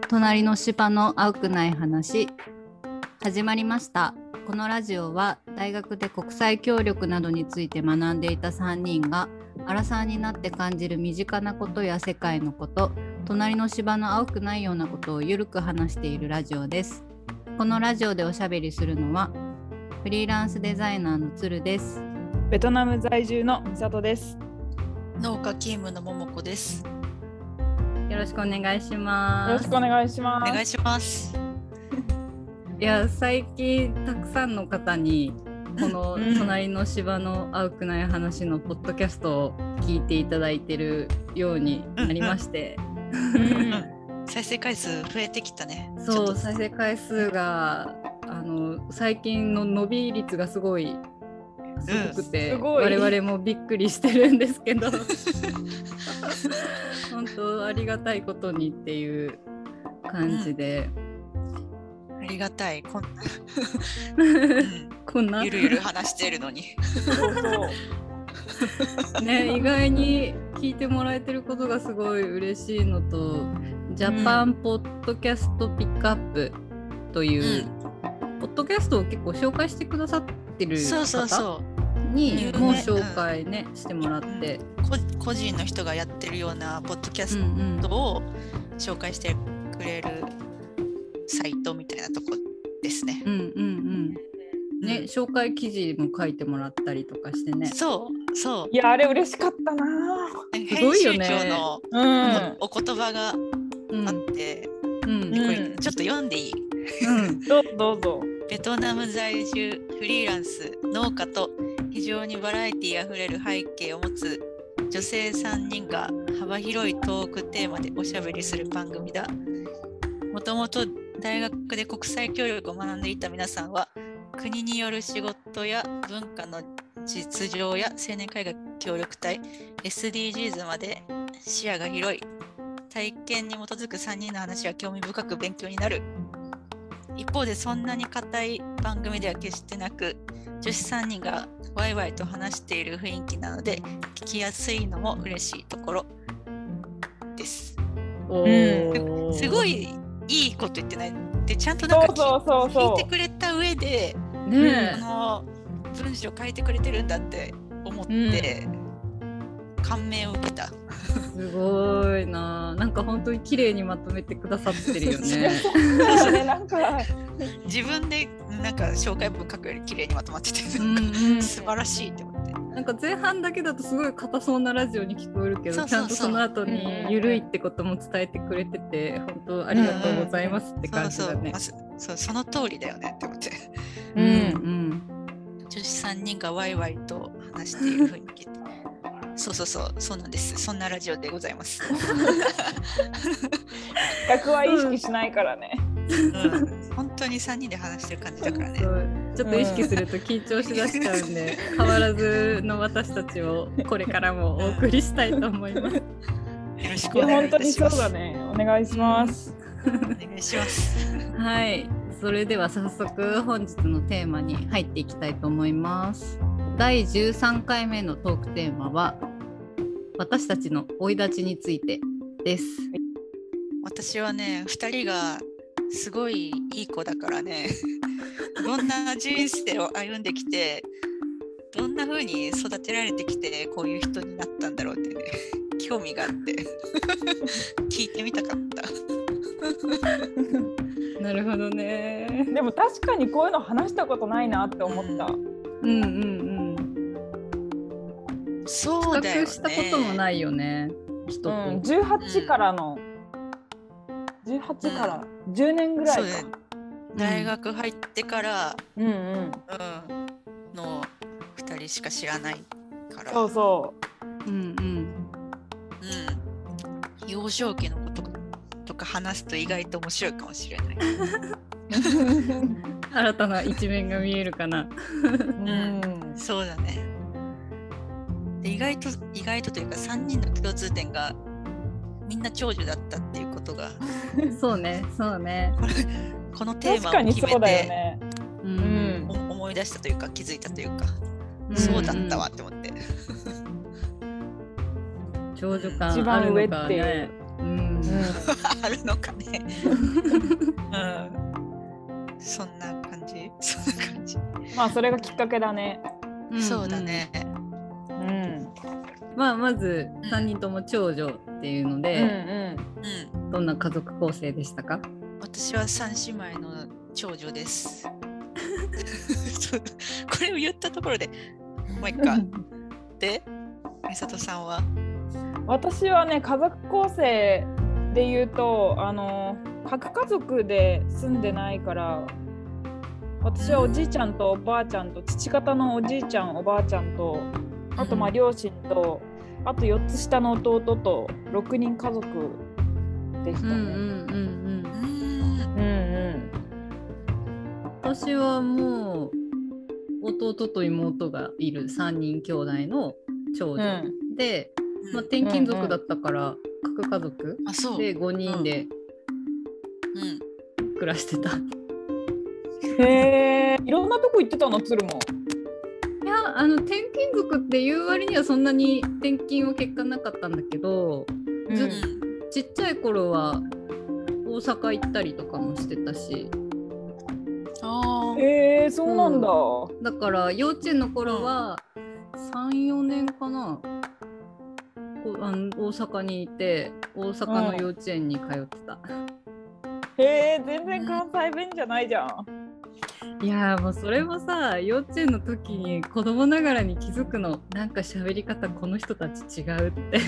隣の芝の青くない話始まりました。このラジオは大学で国際協力などについて学んでいた3人がアラサーになって感じる身近なことや世界のこと、隣の芝の青くないようなことをゆるく話しているラジオです。このラジオでおしゃべりするのはフリーランスデザイナーのつるです。 ベトナム在住のみさとです。 農家勤務のももこです。 よろしくお願いします。 よろしくお願いします。 お願いします。 いや、最近たくさんの方にこの隣の芝の青くない話のポッドキャストを聞いていただいているようになりまして、 再生回数増えてきたね。 そう、再生回数が最近の伸び率がすごくて、我々もびっくりしてるんですけど本当ありがたいことにっていう感じで、 ありがたい。こんなゆるゆる話してるのにね、意外に聞いてもらえてることがすごい嬉しいのと、ジャパンポッドキャストピックアップという、ポッドキャストを結構紹介してくださってる方にも紹介ね、してもらって、 個人の人がやってるようなポッドキャストを紹介してくれるサイトみたいなとこですね。 ね、紹介記事も書いてもらったりとかしてね。 そう。 いや、あれ嬉しかったな。 すごいよね。編集長のお言葉があって、これちょっと読んでいい？ どうぞ。 ベトナム在住フリーランス農家と非常にバラエティあふれる背景を持つ女性3人が幅広いトークテーマでおしゃべりする番組だ。もともと大学で国際協力を学んでいた皆さんは、国による仕事や文化の実情や青年海外協力隊 SDGs まで視野が広い。体験に基づく3人の話は興味深く勉強になる。一方でそんなに固い番組では決してなく、女子3人がワイワイと話している雰囲気なので聞きやすいのも嬉しいところです。すごいいいこと言ってないで、ちゃんとなんか聞いてくれた上で、この文章書いてくれてるんだって思って、感銘を受けた。 すごいな。なんか本当に綺麗にまとめてくださってるよね。 なんか自分でなんか紹介文書くより綺麗にまとまってて、素晴らしいって思って。 なんか前半だけだとすごい硬そうなラジオに聞こえるけど、ちゃんとその後にゆるいってことも伝えてくれてて、本当ありがとうございますって感じだね。 その通りだよねって思って。女子3人がワイワイと話している雰囲気。そうなんです。そんなラジオでございます。 客は意識しないからね。 本当に3人で話してる感じだからね。 ちょっと意識すると緊張しだしちゃうんで、変わらずの私たちをこれからもお送りしたいと思います。よろしくお願いいたします。 本当にそうだね。お願いします。 お願いします。 はい、それでは早速本日のテーマに入っていきたいと思います。第13回目のトークテーマは私たちの生い立ちについてです。 私はね、2人がすごいいい子だからね、どんな人生を歩んできて、どんな風に育てられてきてこういう人になったんだろうってね、興味があって聞いてみたかった。 なるほどね。 でも確かにこういうの話したことないなって思った。 そうだよね。 比較したこともないよね。人と。 18から10年ぐらいか。 大学入ってからの2人しか知らないから。幼少期のこととか話すと意外と面白いかもしれない。 新たな一面が見えるかな。 そうだね。で意外とというか3人の共通点がみんな長女だったっていうことがそうねこのテーマを決めて、思い出したというか気づいたというか、そうだったわって思って。 長女感あるのかね。 あるのかね。そんな感じ。 まあそれがきっかけだね。 そうだね。 まず3人とも長女っていうので、どんな家族構成でしたか？ 私は3姉妹の長女です。これを言ったところでもう一回で、美里さんは？ 私はね、家族構成で言うと核家族で住んでないから、私はおじいちゃんとおばあちゃんと父方のおじいちゃんおばあちゃんと、あと両親と、あと4つ下の弟と6人家族でしたね。 私はもう弟と妹がいる3人兄弟の長女で、転勤族だったから核家族で5人で暮らしてた。 へえ、いろんなとこ行ってたの、鶴も。 いや、転勤族っていう割にはそんなに転勤は結果なかったんだけど、ちっちゃい頃は大阪行ったりとかもしてたし。 そうなんだ。 だから幼稚園の頃は3、4年かな、大阪にいて、大阪の幼稚園に通ってた。 全然関西弁じゃないじゃん。 いやもうそれもさ、幼稚園の時に子供ながらに気づくの、なんか喋り方この人たち違うって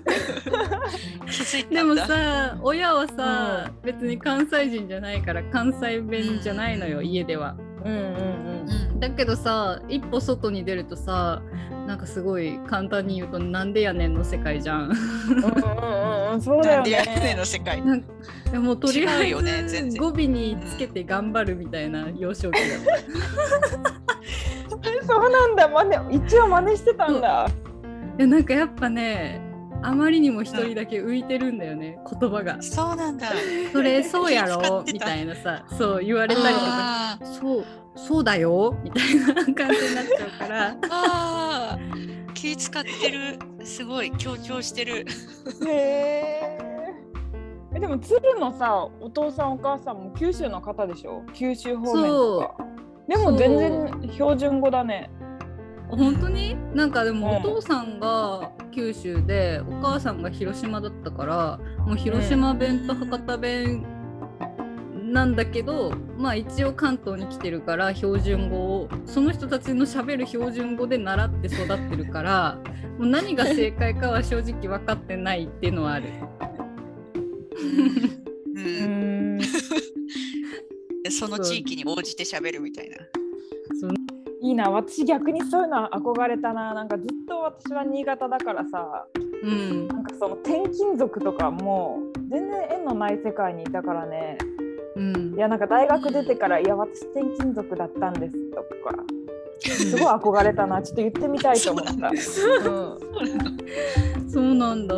でもさ、親はさ、別に関西人じゃないから関西弁じゃないのよ、家では。だけどさ、一歩外に出るとさ、なんかすごい簡単に言うとなんでやねんの世界じゃん。 そうだよね。なんでやねんの世界。 でもとりあえず語尾につけて頑張るみたいな幼少期だった。 そうなんだ、一応真似してたんだ。 なんかやっぱね、あまりにも一人だけ浮いてるんだよね、言葉が。 そうなんだ。 それそうやろみたいなさ、そう言われたりとか、そうだよみたいな感じになっちゃうから。 気使ってる、すごい強調してる。 でも鶴のさ、お父さんお母さんも九州の方でしょ？九州方面とか。でも全然標準語だね。 本当に？なんかでもお父さんが九州で、お母さんが広島だったから、もう広島弁と博多弁なんだけど、一応関東に来てるから標準語を、その人たちの喋る標準語で習って育ってるから、もう何が正解かは正直分かってないっていうのはある。 その地域に応じて喋るみたいな。 いいな、私逆にそういうの憧れたな。なんかずっと私は新潟だからさ、なんかその転勤族とかも全然縁のない世界にいたからね。いや、なんか大学出てから、いや私転勤族だったんですとか、すごい憧れたな。ちょっと言ってみたいと思った。 そうなんだ。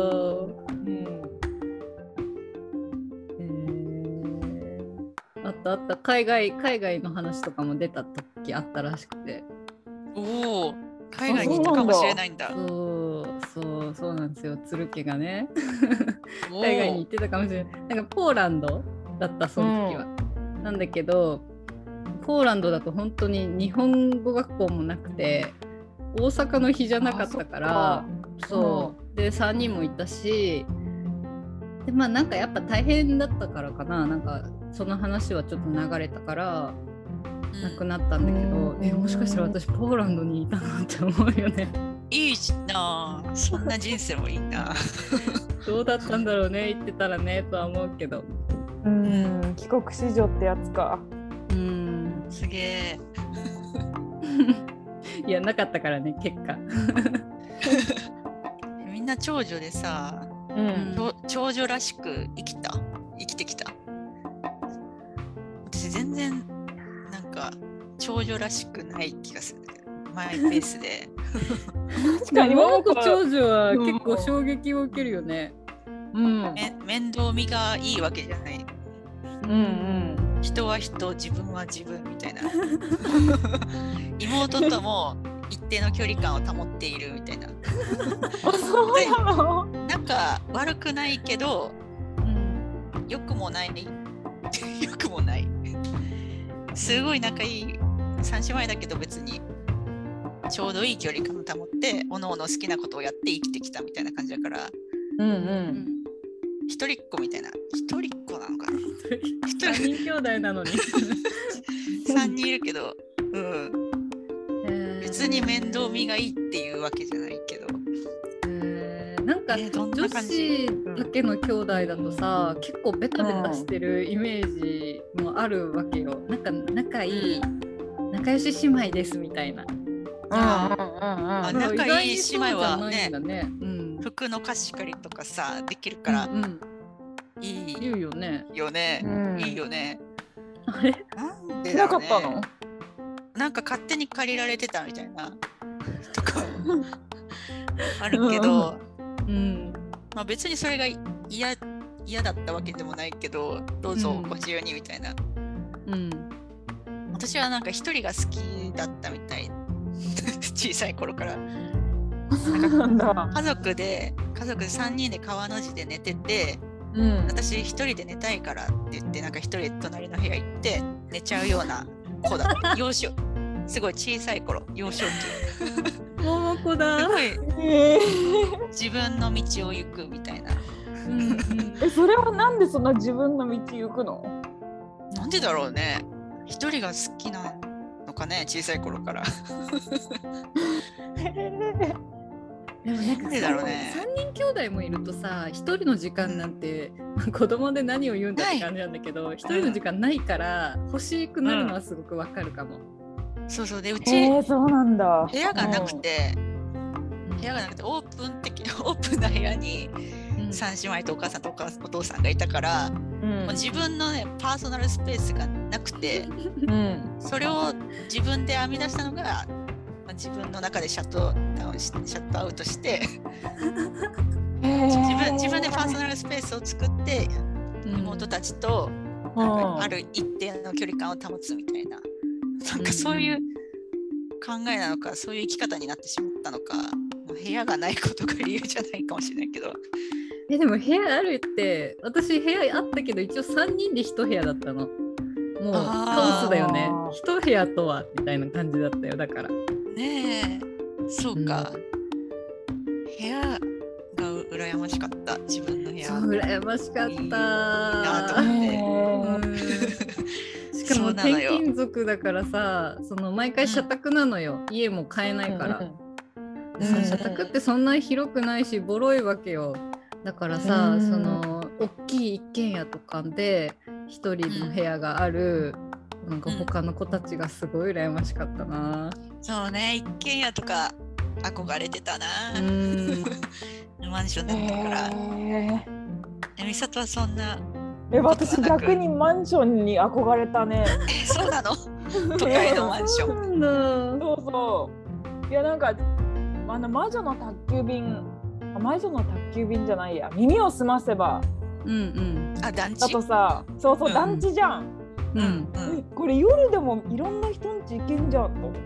あった海外の話とかも出た時あったらしくて。 海外に行ったかもしれないんだ。 そうなんですよ、鶴家がね海外に行ってたかもしれない。なんかポーランドだった、その時は。なんだけど、ポーランドだと本当に日本語学校もなくて、大阪の日じゃなかったから、で3人もいたし、でなんかやっぱ大変だったからかな、なんかその話はちょっと流れたからなくなったんだけど、もしかしたら私ポーランドにいたなって思うよね。 いいな、そんな人生もいいな。 どうだったんだろうね、行ってたらねとは思うけど。 帰国子女ってやつか。 すげえ。 いや、なかったからね、結果。 みんな長女でさ、長女らしく生きてきた。私全然なんか長女らしくない気がする。マイペースで。 確かに桃子長女は結構衝撃を受けるよね。 面倒見がいいわけじゃない。人は人、自分は自分みたいな。妹とも一定の距離感を保っているみたいな。 そうなの？ なんか悪くないけど、 良くもない良くもないすごい仲いい三姉妹だけど別にちょうどいい距離感を保っておのおの好きなことをやって生きてきたみたいな感じだから、一人っ子みたいな、一人っ子なのかな 3人兄弟なのに 3人いるけど、別に面倒見がいいっていうわけじゃないけど、 なんか女子だけの兄弟だとさ、結構ベタベタしてるイメージもあるわけよ。なんか仲良し姉妹ですみたいな。 仲いい姉妹はね、服の貸し借りとかさできるから、いいよね。いいよね。 あれなんでなかったの？ なんか勝手に借りられてたみたいなとかあるけど、まあ別にそれが嫌だったわけでもないけど、どうぞご自由にみたいな。私はなんか一人が好きだったみたい小さい頃から。なんか家族で3人で川の字で寝てて、私一人で寝たいからって言ってなんか一人で隣の部屋行って寝ちゃうような子だった。幼少すごい小さい頃、幼少期桃子だ。 すごい自分の道を行くみたいな。 それはなんでそんな自分の道行くの？ なんでだろうね。一人が好きなのかね、小さい頃から。 でもなんかだろうね、 3人兄弟もいるとさ、1人の時間なんて子供で何を言うんだって感じなんだけど、1人の時間ないから欲しくなるのはすごくわかるかも。 そうで、うちそうなんだ。 部屋がなくて、オープンな部屋に3姉妹とお母さんとお父さんがいたから、もう自分のねパーソナルスペースがなくて、それを自分で編み出したのが、自分の中でシャットアウトして自分でパーソナルスペースを作って、妹たちとなんかある一定の距離感を保つみたいな、なんかそういう考えなのか、そういう生き方になってしまったのか、部屋がないことが理由じゃないかもしれないけど。 でも部屋あるって、私部屋あったけど一応3人で1部屋だったの。もうカオスだよね。1部屋とはみたいな感じだったよ。だからねえ、そうか、部屋が羨ましかった。自分の部屋。 そう、羨ましかった。いいなと思って。 しかも転勤族だからさ、その毎回社宅なのよ。家も買えないから。社宅ってそんな広くないしボロいわけよ。だからさ、その大きい一軒家とかで一人の部屋がある、なんか他の子たちがすごい羨ましかったな。 そうね、一軒家とか憧れてたな。マンションだったから。美里はそんな。 私逆にマンションに憧れたね。 そうなの？都会のマンション。 そうそう。いやなんか魔女の宅急便じゃないや、耳をすませば、 団地だとさ、そう団地じゃん。これ夜でもいろんな人んち行けんじゃんと思って。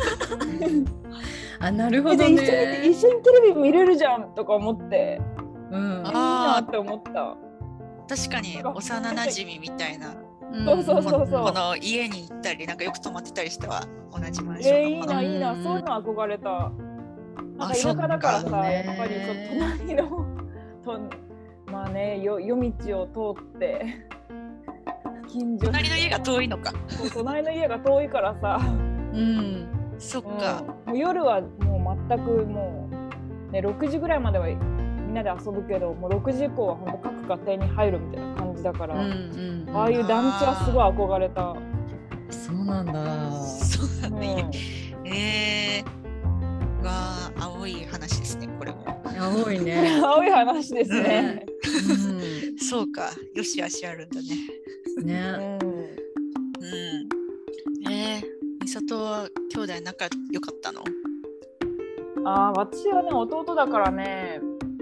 なるほどね。 一緒にテレビ見れるじゃんとか思って、いいなって思った。 確かに幼なじみみたいな。 そうこの家に行ったりなんかよく泊まってたりしては同じマンションのこの。 いいな、そういうの憧れた。なんか田舎だからさ、やっぱり隣のまあね、夜道を通って近所、 隣の家が遠いのか。 隣の家が遠いからさ、 そっか。 もう夜はもう全くもうね、6時ぐらいまではみんなで遊ぶけど、もう6時以降は本当各家庭に入るみたいな感じだから、ああいう団地はすごい憧れた。 そうなんだ。 そうなんだ。青い話ですね、これも。 青いね。 青い話ですね。 そうか、よしあしあるんだね。美里は兄弟仲良かったの？ 私はね、弟だからね。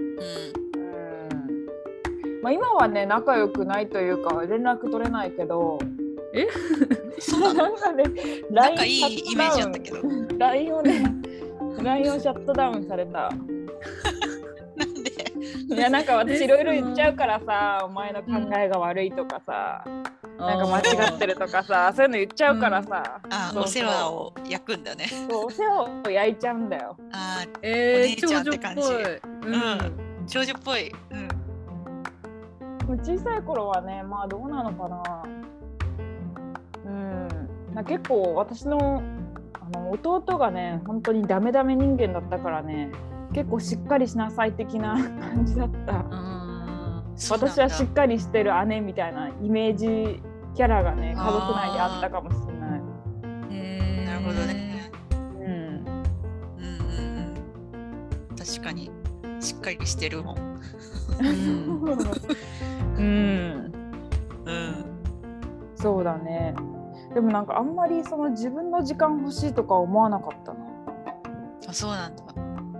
今はね、仲良くないというか連絡取れないけど。なんかね、 仲いいイメージあったけど。 LINE をシャットダウンされた。 いやなんか私いろいろ言っちゃうからさ、お前の考えが悪いとかさ、なんか間違ってるとかさ、そういうの言っちゃうからさ、 お世話を焼くんだね。 そう、お世話を焼いちゃうんだよ。 お姉ちゃんって感じ。長女っぽい。 小さい頃はね、まあどうなのかな。結構私の弟がね、本当にダメダメ人間だったからね、結構しっかりしなさい的な感じだった。私はしっかりしてる姉みたいなイメージキャラがね、家族内であったかもしれない。 なるほどね。確かにしっかりしてるもん。 そうだね。でもなんかあんまりその自分の時間欲しいとか思わなかったな。 あ、そうなんだ。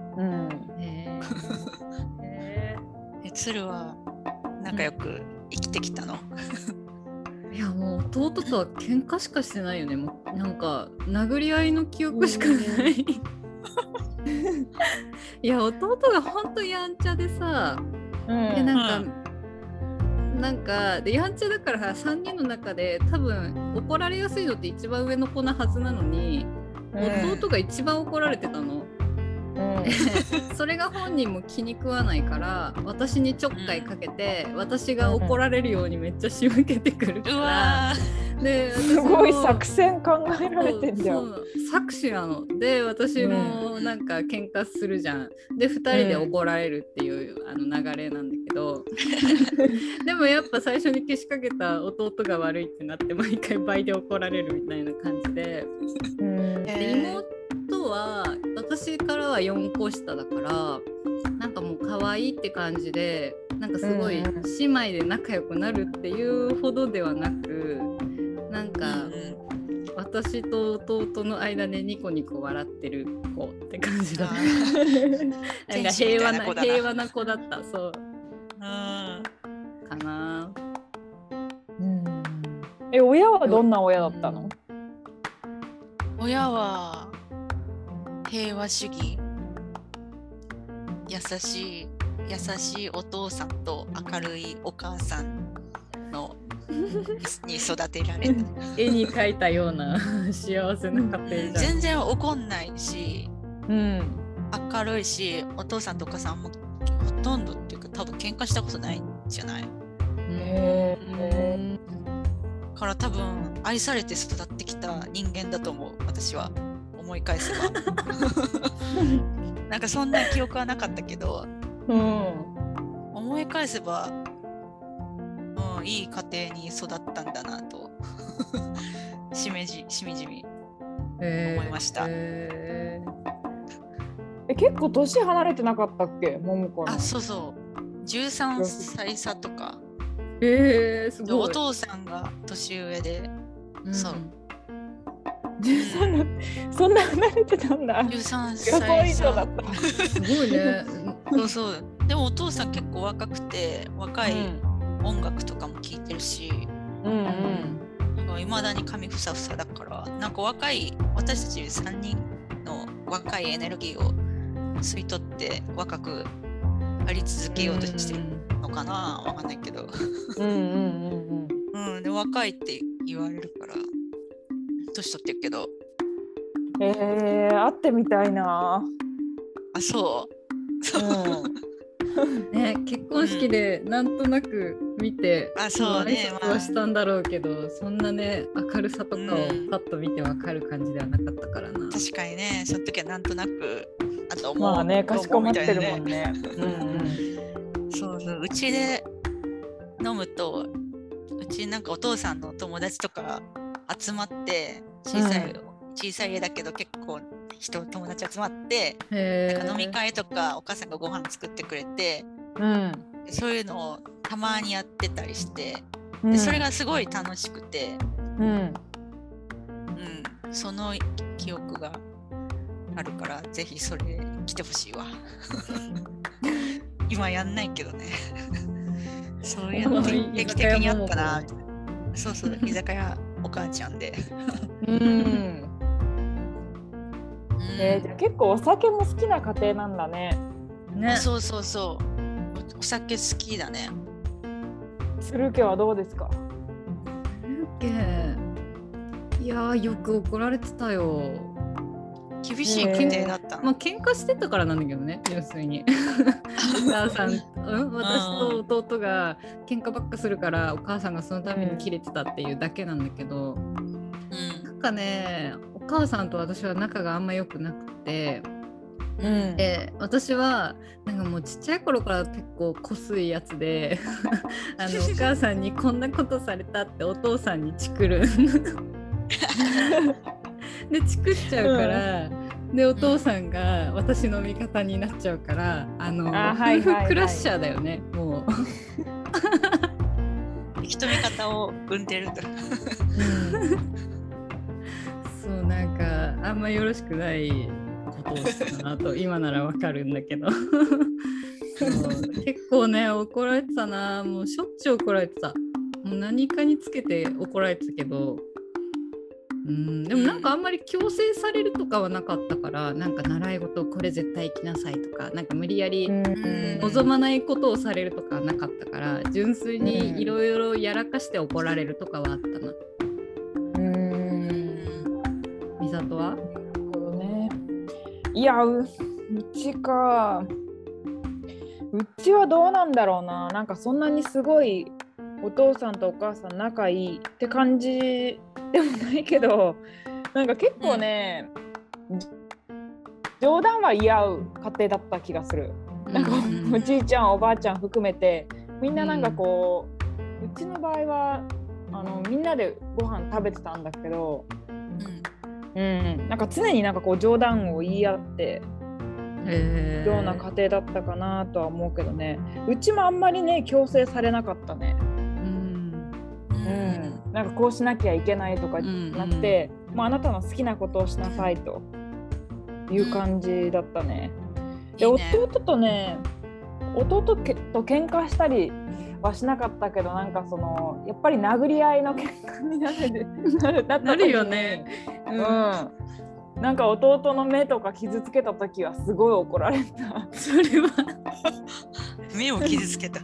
鶴は仲良く生きてきたの？ いやもう弟とは喧嘩しかしてないよね。もうなんか殴り合いの記憶しかない。いや弟がほんとやんちゃでさ、でなんかでやんちゃだから3人の中で多分怒られやすいのって一番上の子なはずなのに、弟が一番怒られてたの。それが本人も気に食わないから私にちょっかいかけて、私が怒られるようにめっちゃ仕向けてくるから、 すごい作戦考えられてんじゃん。 作詞なので、私もなんか喧嘩するじゃん。で2人で怒られるっていう流れなんだけど、でもやっぱ最初にけしかけた弟が悪いってなって毎回倍で怒られるみたいな感じで、で妹は私からは4個下だからなんかもう可愛いって感じで、なんかすごい姉妹で仲良くなるっていうほどではなく、なんか私と弟の間でニコニコ笑ってる子って感じだった。なんか平和な子だった。そうかな。 親はどんな親だったの？ 親は平和主義、優しいお父さんと明るいお母さんのに育てられた。 絵に描いたような幸せな家庭じゃん。 全然怒んないし、明るいし、お父さんとお母さんもほとんどっていうか多分喧嘩したことないんじゃない？から多分愛されて育ってきた人間だと思う、私は。思い返せばなんかそんな記憶はなかったけど、思い返せば、いい家庭に育ったんだなとしみじみ思いました。 結構年離れてなかったっけ、桃子の？ そうそう、13歳差とか。 すごい。 お父さんが年上で、そうそんな離れてたんだ。 13歳差だった。 すごいね。 そう。でもお父さん結構若くて、若い音楽とかも聴いてるし、いまだに髪ふさふさだから、なんか私たち3人の若いエネルギーを吸い取って若くあり続けようとしてるのかな、わかんないけど。で若いって言われるから。年取ってるけど、 会ってみたいな。 そう、 ね、結婚式でなんとなく見て、 そうね、 挨拶はしたんだろうけど、そんなね明るさとかをパッと見てわかる感じではなかったからな。 確かにね、その時はなんとなく、あとまあね、かしこまってるもんね。 そう、うちで飲むと、うちなんかお父さんの友達とか集まって、小さい家だけど結構友達集まって、なんか飲み会とかお母さんがご飯作ってくれて、そういうのをたまにやってたりして、でそれがすごい楽しくて、その記憶があるから、ぜひそれ来てほしいわ。今やんないけどね。そういうの定期的にあったな。そう、居酒屋お母ちゃんで。じゃあ結構お酒も好きな家庭なんだね。 そう。 お酒好きだね。 鶴家はどうですか？ いやー、よく怒られてたよ。 厳しい家庭だったの。 まあ喧嘩してたからなんだけどね、要するに。お母さん、私と弟が喧嘩ばっかするからお母さんがそのためにキレてたっていうだけなんだけど、なんかね、お母さんと私は仲があんま良くなくて、で私はなんかもうちっちゃい頃から結構こすいやつでお母さんにこんなことされたってお父さんにチクるでチクっちゃうから、でお父さんが私の味方になっちゃうから夫婦クラッシャーだよね、もう人味方を生んでるんだ。 そうなんかあんまよろしくないことをしたなと今ならわかるんだけどそう結構ね怒られてたな。もうしょっちゅう怒られてた。もう何かにつけて怒られてたけど、でもなんかあんまり強制されるとかはなかったから、なんか習い事これ絶対行きなさいとか、なんか無理やり望まないことをされるとかはなかったから、純粋にいろいろやらかして怒られるとかはあったな。美里は？ なるほどね。いや、うちはどうなんだろうな。なんかそんなにすごいお父さんとお母さん仲いいって感じでもないけど、なんか結構ね、冗談は言い合う家庭だった気がする。なんかおじいちゃんおばあちゃん含めてみんななんかこう、うちの場合はみんなでご飯食べてたんだけど、なんか常になんかこう冗談を言い合ってような家庭だったかなとは思うけどね。うちもあんまりね強制されなかったね。なんかこうしなきゃいけないとかじゃなくて、もうあなたの好きなことをしなさいという感じだったね。で、弟とね、弟と喧嘩したりはしなかったけど、なんかそのやっぱり殴り合いの喧嘩になるよね。なんか弟の目とか傷つけた時はすごい怒られた。 それは目を傷つけた。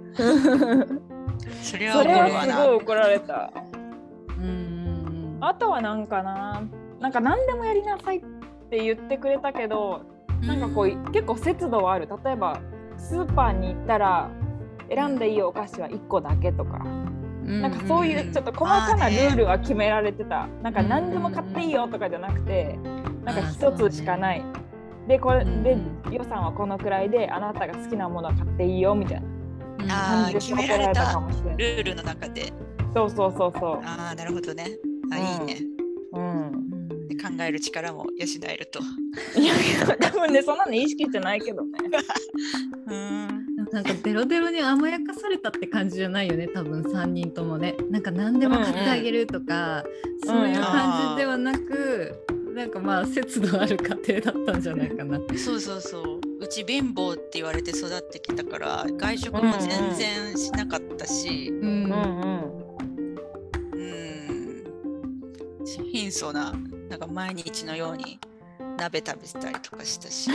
それはすごい怒られた。あとはなんか何でもやりなさいって言ってくれたけど、なんかこう結構節度はある。例えばスーパーに行ったら選んでいいお菓子は1個だけとか、なんかそういうちょっと細かなルールは決められてた。なんか何でも買っていいよとかじゃなくて、なんか1つしかない。でこれで予算はこのくらいで、あなたが好きなものは買っていいよみたいな感じで決められたルールの中で。 そう。 ああ、なるほどね。いいね。で考える力も養えると。 いや多分ね、そんなの意識してないけどね。 なんかデロデロに甘やかされたって感じじゃないよね、多分3人ともね。なんか何でも買ってあげるとか、そういう感じではなく、なんかまあ節度ある家庭だったんじゃないかな。 そう。うち貧乏って言われて育ってきたから、外食も全然しなかったし、貧相な、なんか毎日のように鍋食べたりとかしたし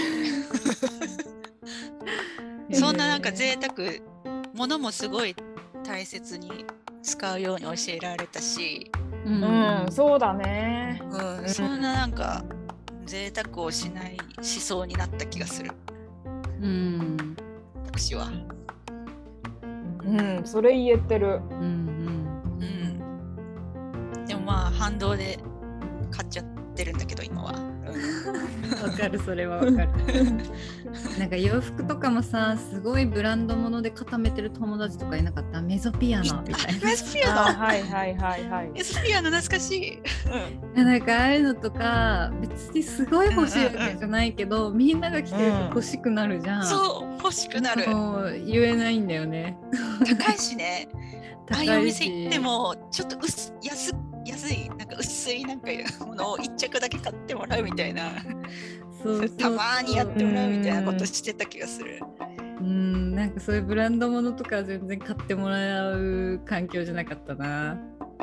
そんななんか贅沢、物もすごい大切に使うように教えられたし、 そうだね。 そんななんか贅沢をしない思想になった気がする。私は。 それ言えてる。 でもまあ反動で買っちゃってるんだけど今は。 わかる、それはわかる。なんか洋服とかもさ、すごいブランド物で固めてる友達とかいなかった？メゾピアノみたいな。 メゾピアノ、 はい。 メゾピアノ懐かしい。 なんかああいうのとか別にすごい欲しいわけじゃないけど、みんなが着てると欲しくなるじゃん。 そう欲しくなる。 もう言えないんだよね。 高いしね。ああいうお店行ってもちょっと安いなんか薄いなんかものを1着だけ買ってもらうみたいな、たまにやってもらうみたいなことしてた気がする。 なんかそういうブランド物とか全然買ってもらう環境じゃなかったな。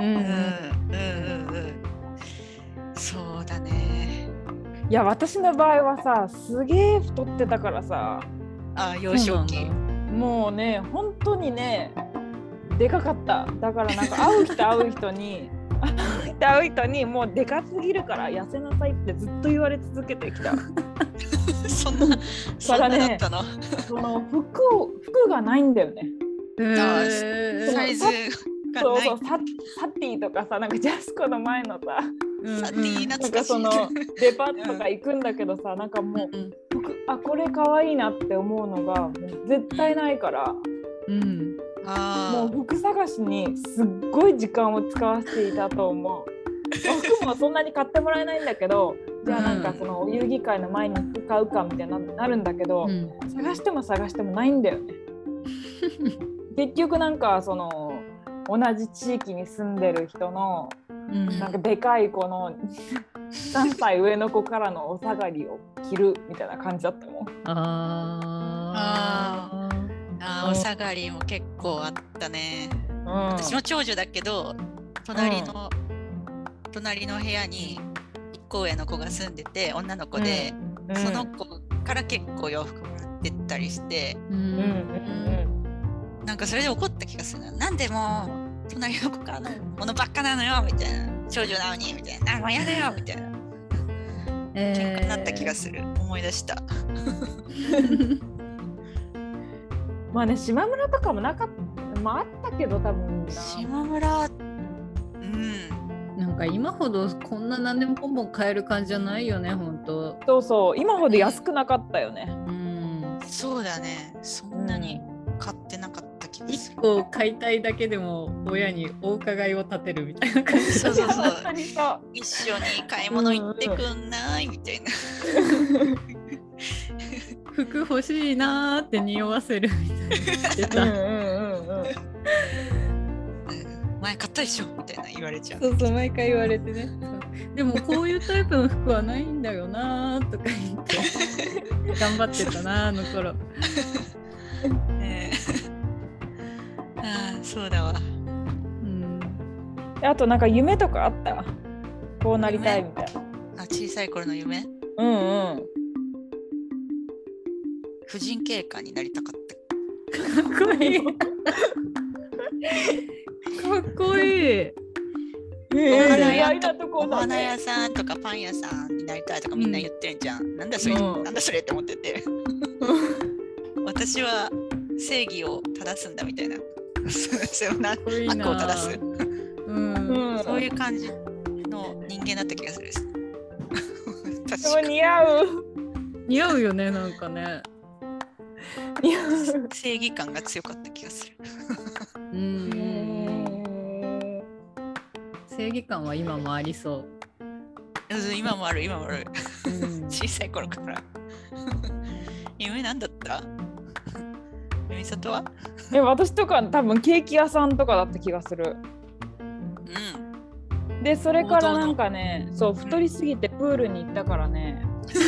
そうだね。 いや私の場合はさ、すげえ太ってたからさ。 幼少期。 もうね本当にねでかかった。だからなんか会う人にもうでかすぎるから痩せなさいってずっと言われ続けてきた。 そんなだったの。 その服がないんだよね。 サイズがない。 そうサティとかさ、なんかジャスコの前のさ、 サティなんかそのデパートとか行くんだけどさ、なんかもう服これ可愛いなって思うのが絶対ないから、もう服探しにすっごい時間を使わせていたと思う。服もそんなに買ってもらえないんだけど、じゃあなんかそのお遊戯会の前に服買うかみたいになるんだけど、探してもないんだよね。結局なんかその同じ地域に住んでる人のなんかでかい子の3歳上の子からのお下がりを着るみたいな感じだったもん。 お下がりも結構あったね。私も長女だけど、隣の部屋に1個上の子が住んでて、女の子で、その子から結構洋服もらってったりして、なんかそれで怒った気がするな。なんでも隣の子からのものばっかなのよみたいな、長女なのにみたいな、もうやだよみたいな、喧嘩になった気がする。思い出した。 まあね、島村とかもなかった、まああったけど多分島村、 なんか今ほどこんな何でもポンポン買える感じじゃないよね、本当。 そうそう、今ほど安くなかったよね。 そうだね、そんなに買ってなかった気がする。 1個買いたいだけでも親にお伺いを立てるみたいな感じ。 そう一緒に買い物行ってくんないみたいな。 服欲しいなーって匂わせるみたいな。 前買ったでしょみたいな言われちゃう。 そう毎回言われてね。でもこういうタイプの服はないんだよなーとか言って頑張ってたな、あの頃。 そうだわ。 あとなんか夢とかあった？こうなりたいみたいな。 小さい頃の夢？婦人警官になりたかった。 かっこいい。かっこいい。 お花屋さんとかパン屋さんになりたいとかみんな言ってんじゃん。なんだそれって思ってて。私は正義を正すんだみたいな。悪を正す。そういう感じの人間だった気がする。 確かに似合うよね、なんかね。 正義感が強かった気がする。 正義感は今もありそう。 今もある。小さい頃から。夢なんだった？みさとは？ 私とか多分ケーキ屋さんとかだった気がする。でそれからなんかね、そう太りすぎてプールに行ったからね。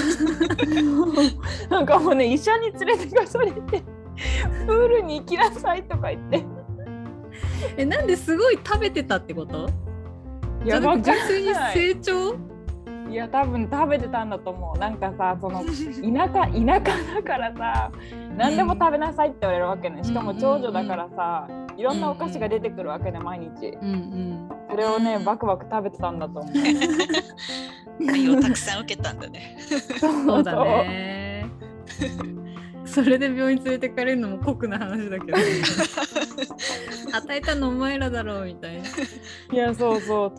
なんかもうね、医者に連れてかされてプールに行きなさいとか言って。 なんですごい食べてたってこと？ いや、 純粋に成長？ いや、多分食べてたんだと思う。なんかさ、その田舎だからさ、何でも食べなさいって言われるわけね。しかも長女だからさ、いろんなお菓子が出てくるわけね、毎日。それをね、バクバク食べてたんだと思う。 愛をたくさん受けたんだね。 そうだね。それで病院連れてかれるのも酷な話だけど、与えたのお前らだろうみたいな。 いや、そう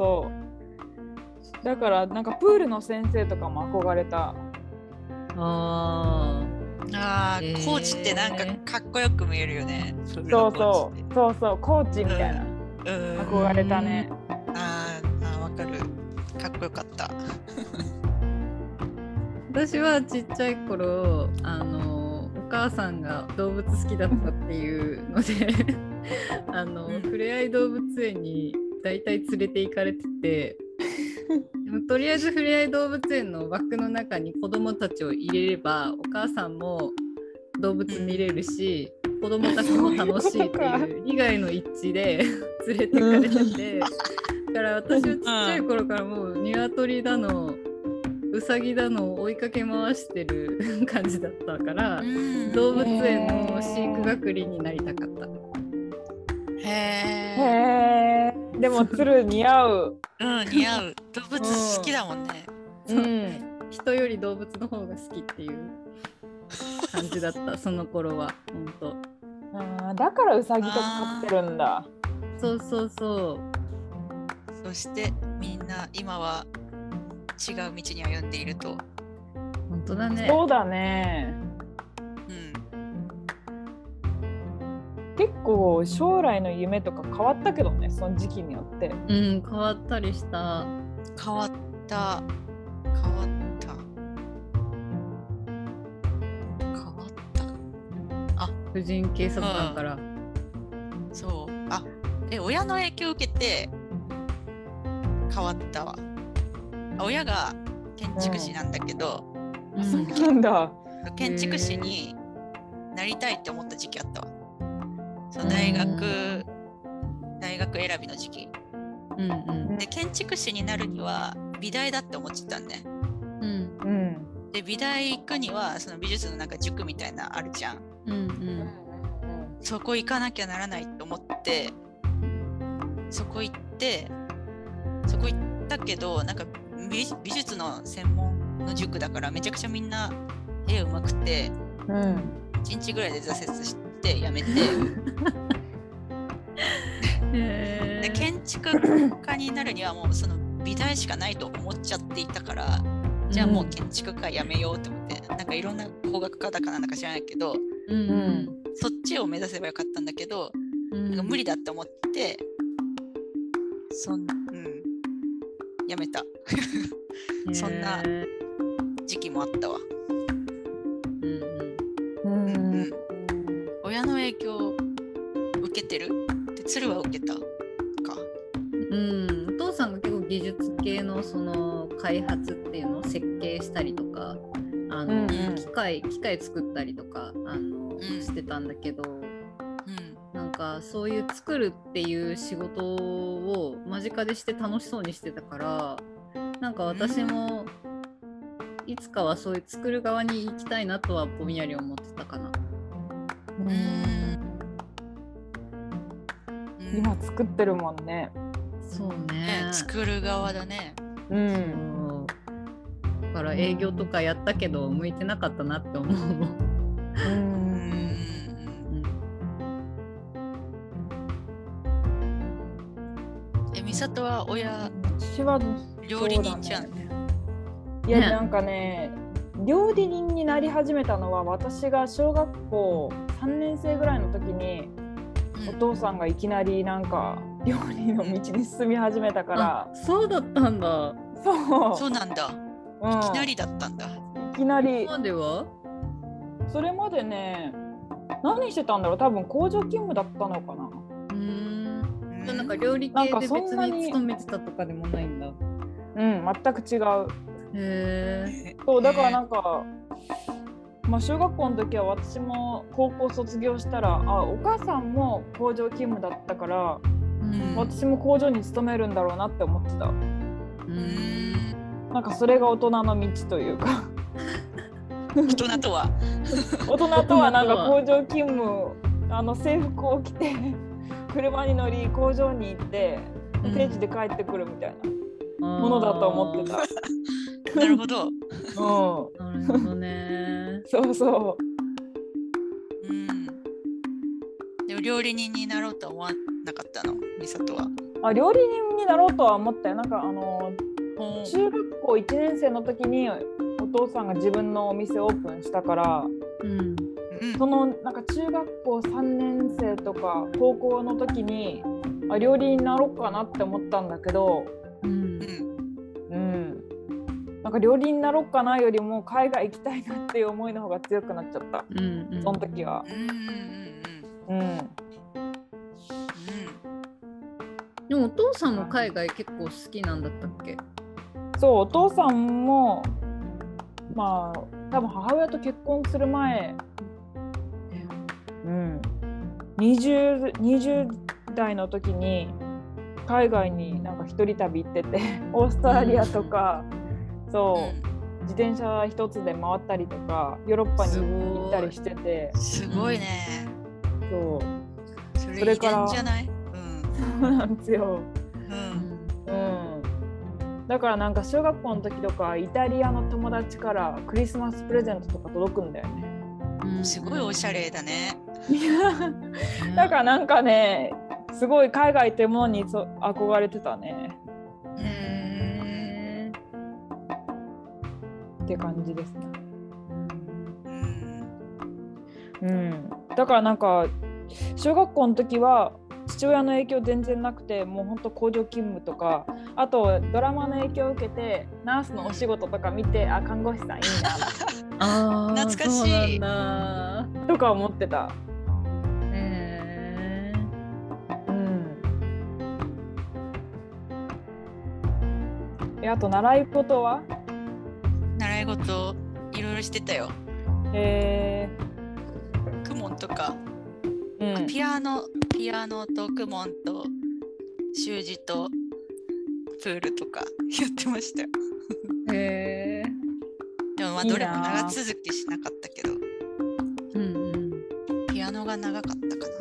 だからなんかプールの先生とかも憧れた。 コーチってなんかかっこよく見えるよね。 そうコーチみたいな。憧れたね。 わかる。かっこよかった。 私はちっちゃい頃お母さんが動物好きだったっていうのでふれあい動物園に大体連れて行かれてて、でもとりあえずふれあい動物園の枠の中に子供たちを入れればお母さんも動物見れるし、子供たちも楽しいっていう利害の一致で連れてかれてて、だから私はちっちゃい頃からもう鶏だのウサギだのを追いかけ回してる感じだったからうん動物園の飼育係になりたかった。 へえ。 へえ。でも鶴似合う。 うん、似合う。動物好きだもんね。 うん。 人より動物の方が好きっていう感じだったその頃は本当。 あーだからウサギとか飼ってるんだ。 そうそうそう。 そしてみんな今は違う道に歩んでいると。 本当だね。 そうだね。 うん。 結構将来の夢とか変わったけどね、その時期によって。 うん変わったりした。 変わった。変わった。変わった。 婦人警察官から。 そう。親の影響を受けて変わったわ。親が建築士なんだけど、 うんなんだ。 建築士になりたいって思った時期あったわ。その大学選びの時期。 うんうんで、建築士になるには美大だって思ってたんね。 うんうん。 で、美大行くにはその美術のなんか塾みたいなあるじゃん。 うんうんそこ行かなきゃならないと思ってそこ行ったけどなんか美術の専門の塾だからめちゃくちゃみんな絵うまくてうん。 1日ぐらいで挫折してやめてで建築家になるにはもうその美大しかないと思っちゃっていたからじゃあもう建築家やめようと思ってなんかいろんな工学科だかなんだか知らないけどうんそっちを目指せばよかったんだけどなんか無理だって思ってやめたそんな時期もあったわ。 うん。 親の影響受けてるって鶴は受けたか。 うんお父さんが結構技術系のその開発っていうのを設計したりとか機械作ったりとかしてたんだけど、なんかそういう作るっていう仕事を間近でして楽しそうにしてたからなんか私もいつかはそういう作る側に行きたいなとはぼんやり思ってたかな。 今作ってるもんね。 そうね。 作る側だね。 うん。 だから営業とかやったけど向いてなかったなって思う。 美里は親私は料理人じゃんね。 いや、なんかね、料理人になり始めたのは私が小学校3年生ぐらいの時に、お父さんがいきなりなんか料理の道に進み始めたから。 そうだったんだ。 そうなんだ。いきなりだったんだ。 いきなり。 までは？ それまでね、何してたんだろう。多分工場勤務だったのかな。 なんか料理系で別に勤めてたとかでもないんだ。 うん、全く違う。 へえ。 そうだからなんか、小学校の時は私も高校卒業したらお母さんも工場勤務だったから、私も工場に勤めるんだろうなって思ってた。なんかそれが大人の道というか大人とはなんか工場勤務制服を着て車に乗り工場に行って定時で帰ってくるみたいなものだと思ってた。 なるほど。 なるほどね。 そうそう。 でも料理人になろうとは思わなかったの、美里は。 料理人になろうとは思ったよ。なんか中学校1年生の時にお父さんが自分のお店をオープンしたから、そのなんか中学校3年生とか高校の時に料理人になろうかなって思ったんだけど、なんか料理人になろうかなよりも海外行きたいなっていう思いの方が強くなっちゃった、その時は。 でもお父さんも海外結構好きなんだったっけ？ そう、お父さんも多分母親と結婚する前、20代の時に海外になんか一人旅行っててオーストラリアとか、 自転車一つで回ったりとかヨーロッパに行ったりしてて、 すごいね。 そうそれ遺伝じゃない？ そうなんですよ。 うんだからなんか小学校の時とかイタリアの友達からクリスマスプレゼントとか届くんだよね。 すごいおしゃれだね。 だからなんかね、すごい海外ってものに憧れてたね。って感じですね。だからなんか小学校の時は父親の影響全然なくて、もうほんと工場勤務とか、あとドラマの影響を受けてナースのお仕事とか見て、あ、看護師さんいいあ懐かしいなとか思ってた。あと習い事は？ 習い事いろいろしてたよ。公文とか、ピアノと公文と習字とプールとかやってましたよ。でもまあどれも長続きしなかったけど、ピアノが長かったか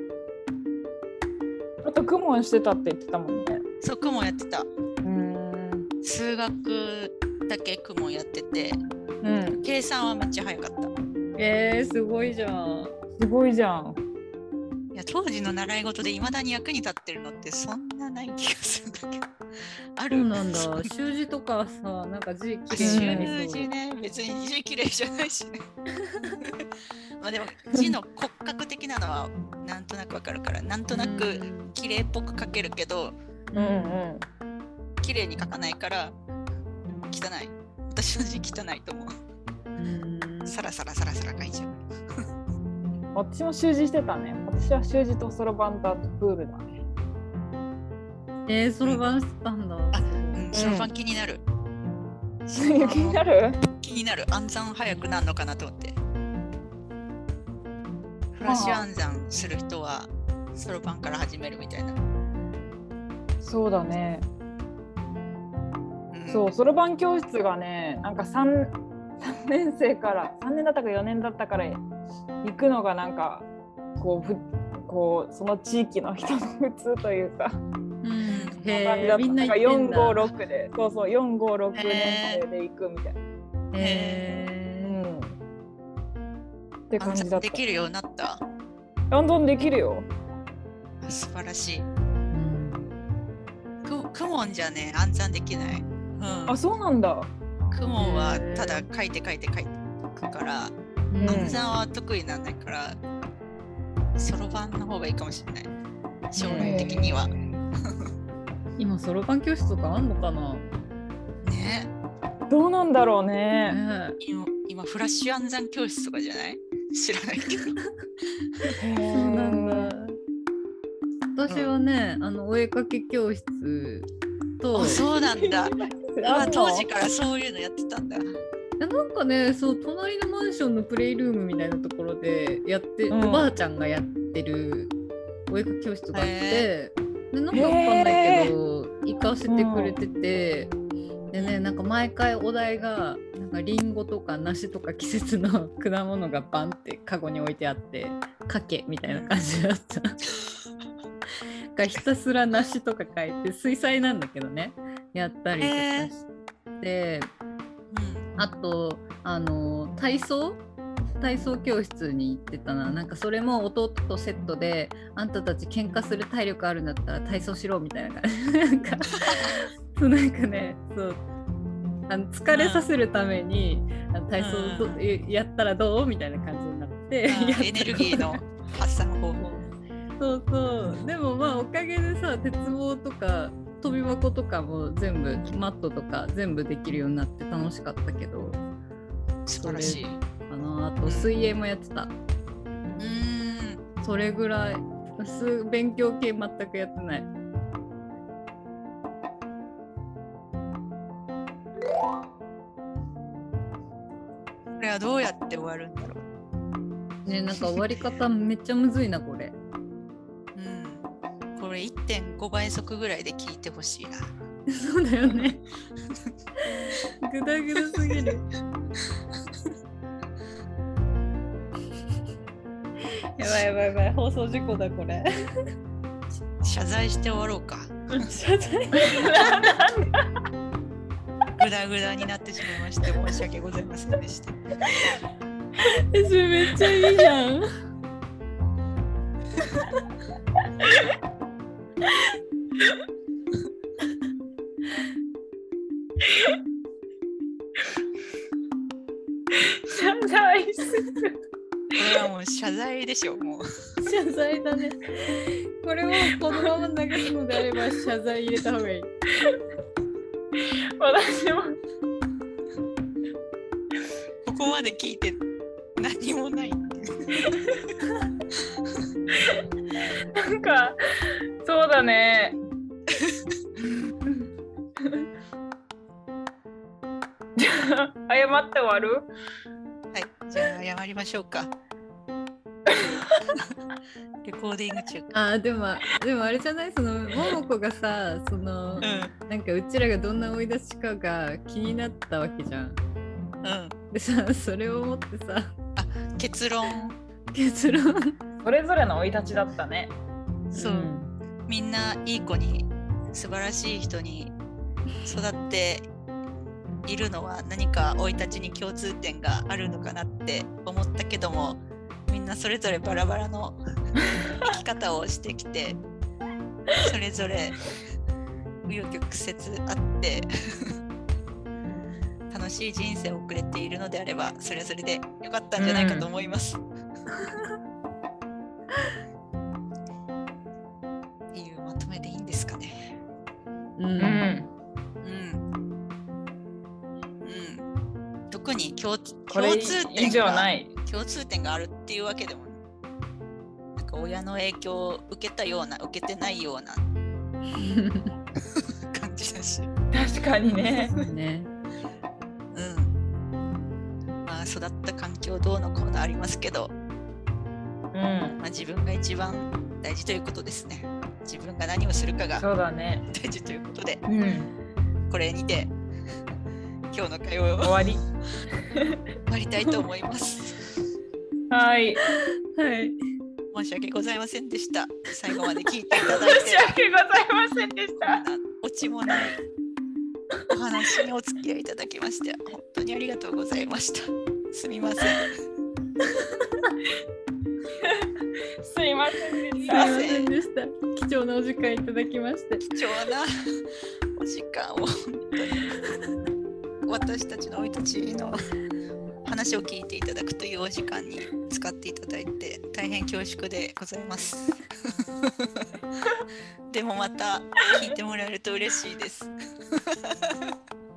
な。 あと公文してたって言ってたもんね。 そう、公文やってた。数学だけ公文やってて、計算はめっちゃ早かった。 すごいじゃん。 すごいじゃん。 いや、当時の習い事でいまだに役に立ってるのってそんなない気がするんだけど。ある？ そうなんだ。習字とかさ、なんか字きれいになりそう。 習字ね、別に字きれいじゃないしね。まあでも字の骨格的なのはなんとなくわかるから、なんとなくきれいっぽく書けるけど、きれいに書かないから汚い。私の字汚いと思う。サラサラサラサラ書いちゃう。 私も習字してたね。私は習字とそろばんとあとプールだね。 そろばんしてたんだ。 そろばん気になる。 気になる？ 気になる。暗算早くなるのかなと思って。フラッシュ暗算する人はそろばんから始めるみたいな。 そうだね。そう、そろばん教室がね、なんか3年生から3年だったか4年だったから行くのがなんかこうその地域の人の普通というか、みんな456で、そうそう456年生で行くみたいな。って感じだった。 できるようになった？ どんどんできるよ。 素晴らしい。公文じゃね、暗算できない。 あ、そうなんだ。 公文はただ書いてくから、暗算は得意なんだから、そろばんの方がいいかもしれない。将来的には。 今そろばん教室とかあんのかな？ ね。 どうなんだろうね。 今フラッシュ暗算教室とかじゃない？知らないけど。 そうなんだ。私はね、お絵かき教室と。 そうなんだ。当時からそういうのやってたんだ。 なんかね、そう、隣のマンションのプレイルームみたいなところでやって、おばあちゃんがやってるお絵かき教室があって、でなんかわかんないけど行かせてくれてて、でね、なんか毎回お題がなんかリンゴとか梨とか季節の果物がバンってカゴに置いてあってかけみたいな感じだったがひたすら梨とか書いて水彩なんだけどねやったりとかして、あと体操教室に行ってたな。なんかそれも弟とセットで、あんたたち喧嘩する体力あるんだったら体操しろみたいな感じでなんかね、そう疲れさせるために体操やったらどうみたいな感じになってエネルギーの発散方法。 そうそう。でもまあおかげでさ、鉄棒とか飛び箱とかも全部マットとか全部できるようになって楽しかったけど、 素晴らしいかな。あと水泳もやってた。それぐらい。勉強系全くやってない。 これはどうやって終わるんだろうね。なんか終わり方めっちゃむずいなこれ。 これ 1.5 倍速ぐらいで聞いてほしいな。 そうだよね。グダグダすぎる。やばいやばいやばい、放送事故だこれ。 謝罪して終わろうか。 謝罪グダグダになってしまいまして申し訳ございませんでした。 それめっちゃいいじゃん。 謝罪する。 これはもう謝罪でしょ、もう。 謝罪だね。これをこのまま流すのであれば謝罪入れた方がいい。 私もここまで聞いて何もない。 なんかそうだね。じゃあ謝って終わる？ はい、じゃあ謝りましょうか。レコーディング中か。 でもあれじゃない、そのももこがさ、その、なんかうちらがどんな追い出しかが気になったわけじゃん。でさ、それを思ってさ、 結論それぞれの生い立ちだったね。 そう、みんないい子に素晴らしい人に育っているのは何か生い立ちに共通点があるのかなって思ったけども、みんなそれぞれバラバラの生き方をしてきて、それぞれ紆余曲折あって楽しい人生を送れているのであれば、それぞれでよかったんじゃないかと思います。っていうまとめでいいんですかね。特に共通点があるっていうわけでも、なんか親の影響を受けたような受けてないような感じだし、 確かにね。 まあ育った環境どうのこうのありますけど、まあ、自分が一番大事ということですね。自分が何をするかが大事ということで、これにて今日の会話を終わりたいと思います。 はい。 申し訳ございませんでした。最後まで聞いていただいて。 申し訳ございませんでした。 オチもないお話にお付き合いいただきまして本当にありがとうございました。すみません。 すいませんでした。 貴重なお時間いただきまして。 貴重なお時間を本当に私たちの生い立ちの話を聞いていただくというお時間に使っていただいて大変恐縮でございます。でもまた聞いてもらえると嬉しいです。